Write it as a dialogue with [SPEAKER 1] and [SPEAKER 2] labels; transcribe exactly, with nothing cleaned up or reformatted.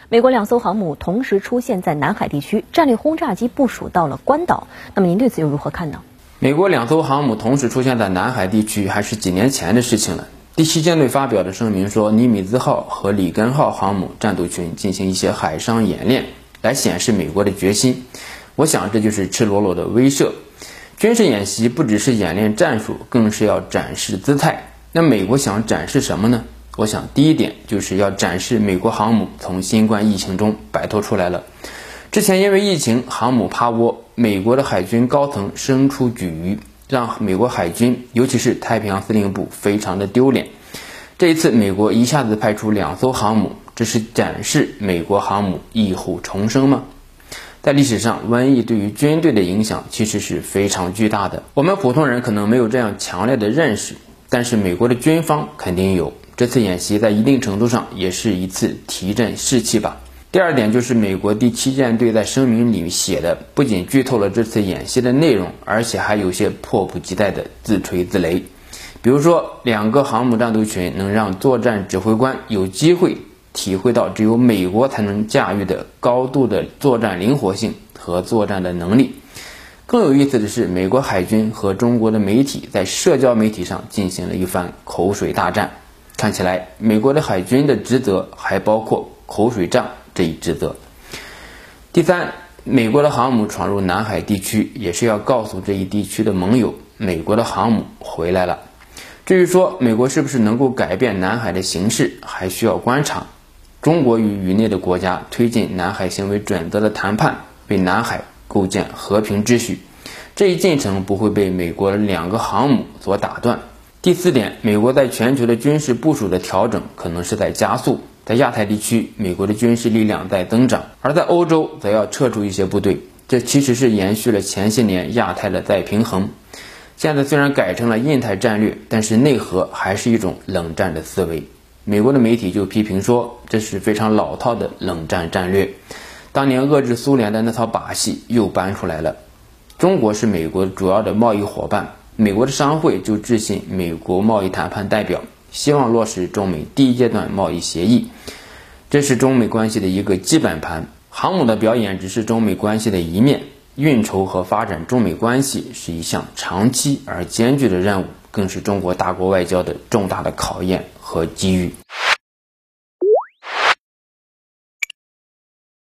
[SPEAKER 1] 美国两艘航母同时出现在南海地区，战略轰炸机部署到了关岛。那么您对此又如何看呢？
[SPEAKER 2] 美国两艘航母同时出现在南海地区，还是几年前的事情了。第七舰队发表的声明说，尼米兹号和里根号航母战斗群进行一些海上演练，来显示美国的决心。我想这就是赤裸裸的威慑。军事演习不只是演练战术，更是要展示姿态。那美国想展示什么呢？我想第一点就是要展示美国航母从新冠疫情中摆脱出来了。之前因为疫情航母趴窝，美国的海军高层生出举隅，让美国海军尤其是太平洋司令部非常的丢脸。这一次美国一下子派出两艘航母，这是展示美国航母异虎重生吗？在历史上，瘟疫对于军队的影响其实是非常巨大的，我们普通人可能没有这样强烈的认识，但是美国的军方肯定有。这次演习在一定程度上也是一次提振士气吧。第二点就是美国第七舰队在声明里写的，不仅剧透了这次演习的内容，而且还有些迫不及待的自吹自擂。比如说，两个航母战斗群能让作战指挥官有机会体会到只有美国才能驾驭的高度的作战灵活性和作战的能力。更有意思的是，美国海军和中国的媒体在社交媒体上进行了一番口水大战。看起来美国的海军的职责还包括口水战这一职责。第三，美国的航母闯入南海地区，也是要告诉这一地区的盟友，美国的航母回来了。至于说美国是不是能够改变南海的形势，还需要观察。中国与域内的国家推进南海行为准则的谈判，为南海构建和平秩序，这一进程不会被美国的两个航母所打断。第四点，美国在全球的军事部署的调整可能是在加速。在亚太地区，美国的军事力量在增长，而在欧洲则要撤出一些部队，这其实是延续了前些年亚太的再平衡。现在虽然改成了印太战略，但是内核还是一种冷战的思维。美国的媒体就批评说，这是非常老套的冷战战略，当年遏制苏联的那套把戏又搬出来了。中国是美国主要的贸易伙伴，美国的商会就致信美国贸易谈判代表，希望落实中美第一阶段贸易协议，这是中美关系的一个基本盘。航母的表演只是中美关系的一面，运筹和发展中美关系是一项长期而艰巨的任务，更是中国大国外交的重大的考验和机遇。